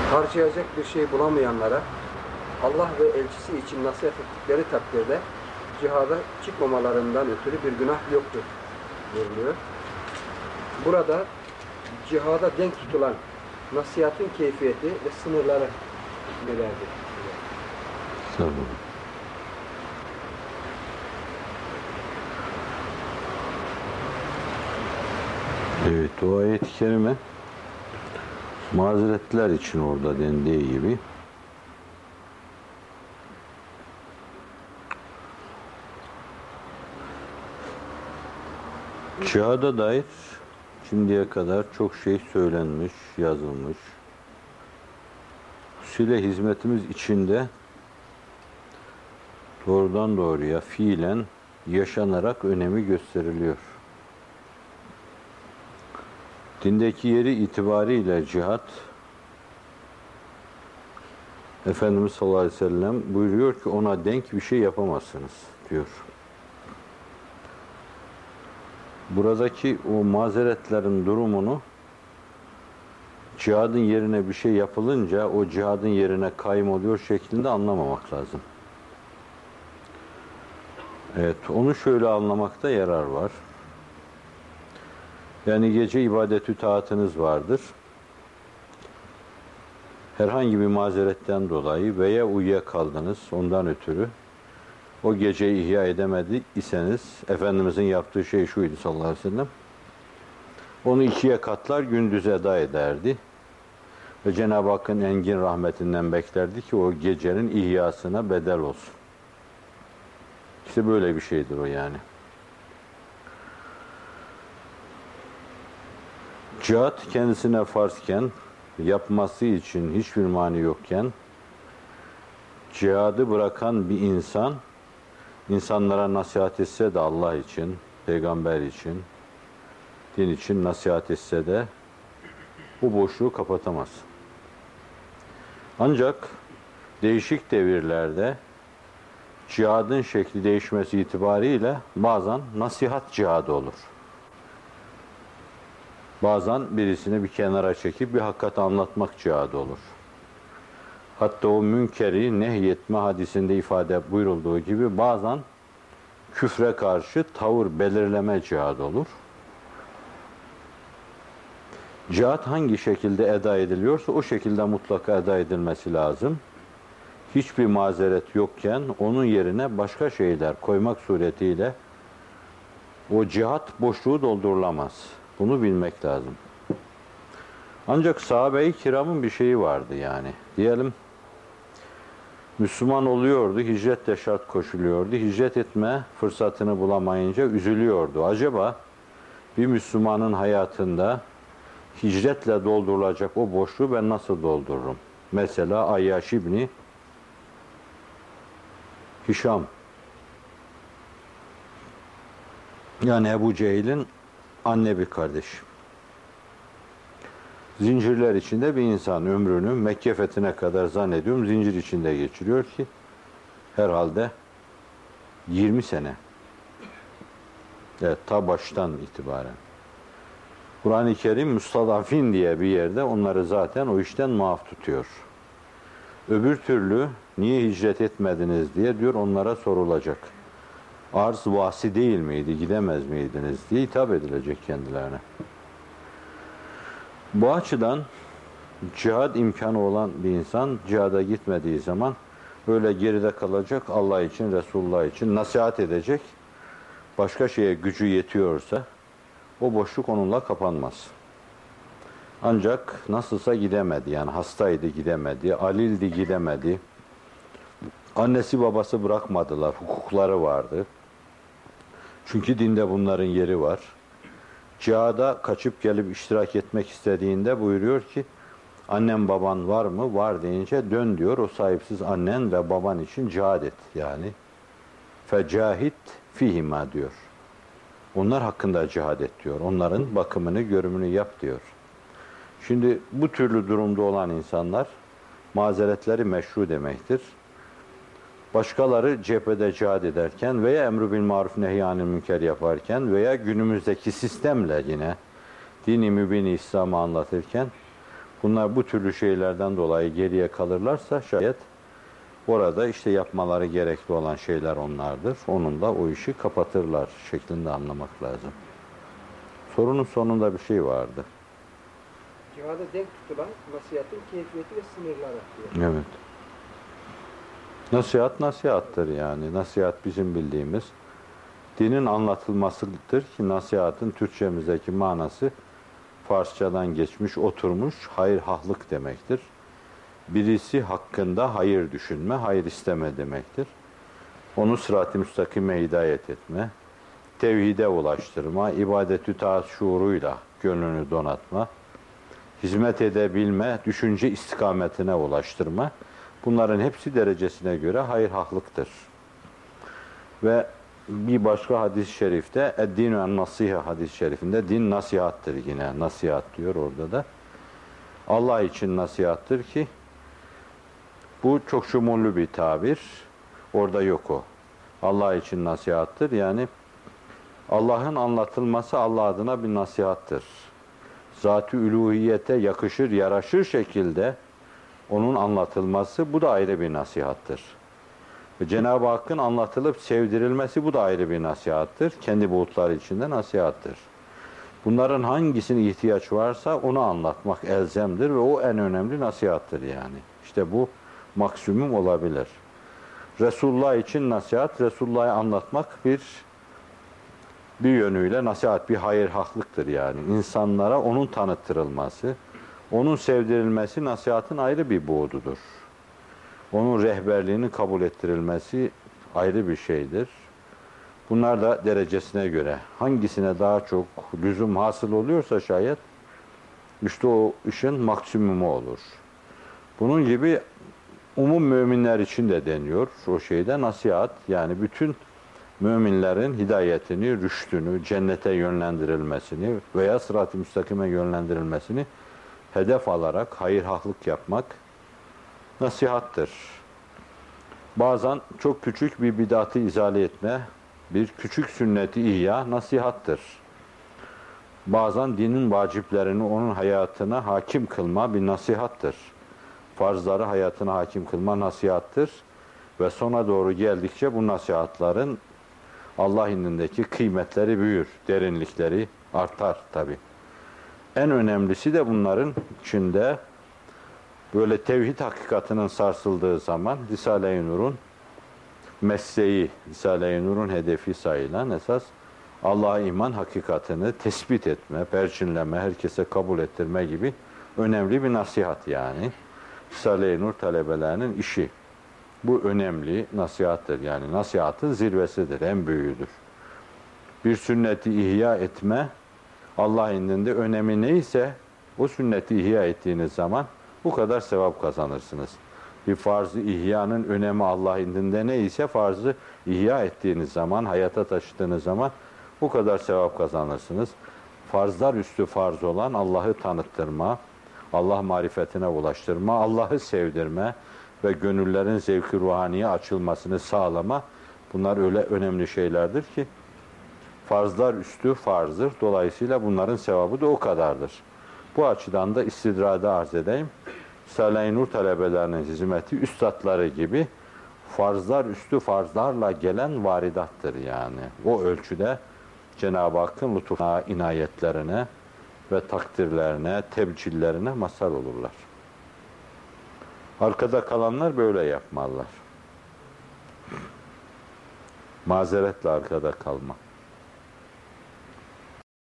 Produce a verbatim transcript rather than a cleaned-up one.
harcayacak bir şey bulamayanlara Allah ve elçisi için nasihat ettikleri takdirde cihada çıkmamalarından ötürü bir günah yoktur buyuruyor. Burada cihada denk tutulan nasihatın keyfiyeti ve sınırları nelerdir? Tamam. Evet, o ayet-i kerime mazeretler için orada dendiği gibi cihada dair şimdiye kadar çok şey söylenmiş, yazılmış. Hususuyla hizmetimiz içinde doğrudan doğruya fiilen yaşanarak önemi gösteriliyor. Dindeki yeri itibariyle cihat, Efendimiz sallallahu aleyhi ve sellem buyuruyor ki ona denk bir şey yapamazsınız diyor. Buradaki o mazeretlerin durumunu cihadın yerine bir şey yapılınca o cihadın yerine kaym oluyor şeklinde anlamamak lazım. Evet, onu şöyle anlamakta yarar var. Yani gece ibadetü taatınız vardır. Herhangi bir mazeretten dolayı veya uyuyakaldınız ondan ötürü o geceyi ihya edemedi iseniz Efendimizin yaptığı şey şuydu sallallahu aleyhi ve sellem. Onu ikiye katlar gündüz eda ederdi. Ve Cenab-ı Hakk'ın engin rahmetinden beklerdi ki o gecenin ihyasına bedel olsun. İşte böyle bir şeydir o yani. Cihat kendisine farzken, yapması için hiçbir mani yokken, cihadı bırakan bir insan, insanlara nasihat etse de Allah için, peygamber için, din için nasihat etse de bu boşluğu kapatamaz. Ancak değişik devirlerde cihadın şekli değişmesi itibariyle bazen nasihat cihadı olur. Bazen birisini bir kenara çekip bir hakikat anlatmak cihadı olur. Hatta o münkeri nehyetme hadisinde ifade buyurulduğu gibi bazen küfre karşı tavır belirleme cihadı olur. Cihat hangi şekilde eda ediliyorsa o şekilde mutlaka eda edilmesi lazım. Hiçbir mazeret yokken onun yerine başka şeyler koymak suretiyle o cihat boşluğu doldurulamaz. Bunu bilmek lazım. Ancak sahabe-i kiramın bir şeyi vardı yani. Diyelim Müslüman oluyordu, hicretle şart koşuluyordu. Hicret etme fırsatını bulamayınca üzülüyordu. Acaba bir Müslümanın hayatında hicretle doldurulacak o boşluğu ben nasıl doldururum? Mesela Ayyaş İbni Hişam, yani Ebu Cehil'in anne bir kardeş. Zincirler içinde bir insan ömrünü Mekke fethine kadar zannediyorum zincir içinde geçiriyor ki herhalde yirmi sene. Evet, ta baştan itibaren. Kur'an-ı Kerim Müstadafin diye bir yerde onları zaten o işten muaf tutuyor. Öbür türlü niye hicret etmediniz diye diyor onlara sorulacak. Arz vasi değil miydi, gidemez miydiniz diye hitap edilecek kendilerine. Bu açıdan cihad imkanı olan bir insan cihada gitmediği zaman öyle geride kalacak, Allah için, Resulullah için nasihat edecek. Başka şeye gücü yetiyorsa o boşluk onunla kapanmaz. Ancak nasılsa gidemedi, yani hastaydı gidemedi, alildi gidemedi. Annesi babası bırakmadılar, hukukları vardı. Çünkü dinde bunların yeri var. Cihada kaçıp gelip iştirak etmek istediğinde buyuruyor ki annem baban var mı? Var deyince dön diyor. O sahipsiz annen ve baban için cihad et. Yani fecahit fihima diyor. Onlar hakkında cihad et diyor. Onların bakımını, görümünü yap diyor. Şimdi bu türlü durumda olan insanlar mazeretleri meşru demektir. Başkaları cephede cihad ederken veya emr-i bil maruf nehyanil münker yaparken veya günümüzdeki sistemle yine dini mübin İslam'ı anlatırken Bunlar bu türlü şeylerden dolayı geriye kalırlarsa şayet orada işte yapmaları gerekli olan şeyler onlardır. Onunla o işi kapatırlar şeklinde anlamak lazım. Sorunun sonunda bir şey vardı. Cihada denk tutulan nasihatın keyfiyeti ve sınırları diyor. Evet. Nasihat nasihattır yani. Nasihat bizim bildiğimiz dinin anlatılmasıdır ki nasihatın Türkçemizdeki manası Farsçadan geçmiş, oturmuş hayır hahlık demektir. Birisi hakkında hayır düşünme, hayır isteme demektir. Onu sırat-ı müstakime hidayet etme, tevhide ulaştırma, ibadet-ü taat şuuruyla gönlünü donatma, hizmet edebilme, düşünce istikametine ulaştırma. Bunların hepsi derecesine göre hayır hahlıktır. Ve bir başka hadis-i şerifte "Eddinu en-nasiha" hadis-i şerifinde din nasihattır yine. Nasihat diyor orada da. Allah için nasihattır ki bu çok şumurlu bir tabir. Orada yok o. Allah için nasihattır. Yani Allah'ın anlatılması Allah adına bir nasihattır. Zat-ı üluhiyete yakışır, yaraşır şekilde onun anlatılması bu da ayrı bir nasihattır. Ve Cenab-ı Hakk'ın anlatılıp sevdirilmesi bu da ayrı bir nasihattır. Kendi buğutları içinde nasihattır. Bunların hangisine ihtiyaç varsa onu anlatmak elzemdir ve o en önemli nasihattır yani. İşte bu maksimum olabilir. Resulullah için nasihat, Resulullah'ı anlatmak bir bir yönüyle nasihat, bir hayır haklıktır yani. İnsanlara onun tanıttırılması, onun sevdirilmesi nasihatın ayrı bir buğdudur. Onun rehberliğini kabul ettirilmesi ayrı bir şeydir. Bunlar da derecesine göre hangisine daha çok lüzum hasıl oluyorsa şayet işte o işin maksimumu olur. Bunun gibi umum müminler için de deniyor o şeyde nasihat, yani bütün müminlerin hidayetini, rüştünü, cennete yönlendirilmesini veya sırat-ı müstakime yönlendirilmesini hedef alarak hayır haklık yapmak nasihattır. Bazen çok küçük bir bidatı izale etme, bir küçük sünneti ihya nasihattır. Bazen dinin vaciplerini onun hayatına hakim kılma bir nasihattır. Farzları hayatına hakim kılma nasihattır. Ve sona doğru geldikçe bu nasihatların Allah indindeki kıymetleri büyür, derinlikleri artar tabi. En önemlisi de bunların içinde böyle tevhid hakikatinin sarsıldığı zaman Risale-i Nur'un mesleği, Risale-i Nur'un hedefi sayılan esas Allah'a iman hakikatini tespit etme, perçinleme, herkese kabul ettirme gibi önemli bir nasihat yani. Risale-i Nur talebelerinin işi. Bu önemli nasihattır. Yani nasihatın zirvesidir, en büyüğüdür. Bir sünneti ihya etme, Allah indinde önemi neyse o sünneti ihya ettiğiniz zaman bu kadar sevap kazanırsınız. Bir farz-ı ihyanın önemi Allah indinde neyse farzı ihya ettiğiniz zaman, hayata taşıdığınız zaman bu kadar sevap kazanırsınız. Farzlar üstü farz olan Allah'ı tanıttırma, Allah marifetine ulaştırma, Allah'ı sevdirme ve gönüllerin zevk-i ruhaniye açılmasını sağlama, bunlar öyle önemli şeylerdir ki farzlar üstü farzdır. Dolayısıyla bunların sevabı da o kadardır. Bu açıdan da istidrada arz edeyim. Risale-i Nur talebelerinin hizmeti üstadları gibi farzlar üstü farzlarla gelen varidattır yani. O ölçüde Cenab-ı Hakk'ın lütufuna, inayetlerine ve takdirlerine, tebcillerine mazhar olurlar. Arkada kalanlar böyle yapmalılar. Mazeretle arkada kalma.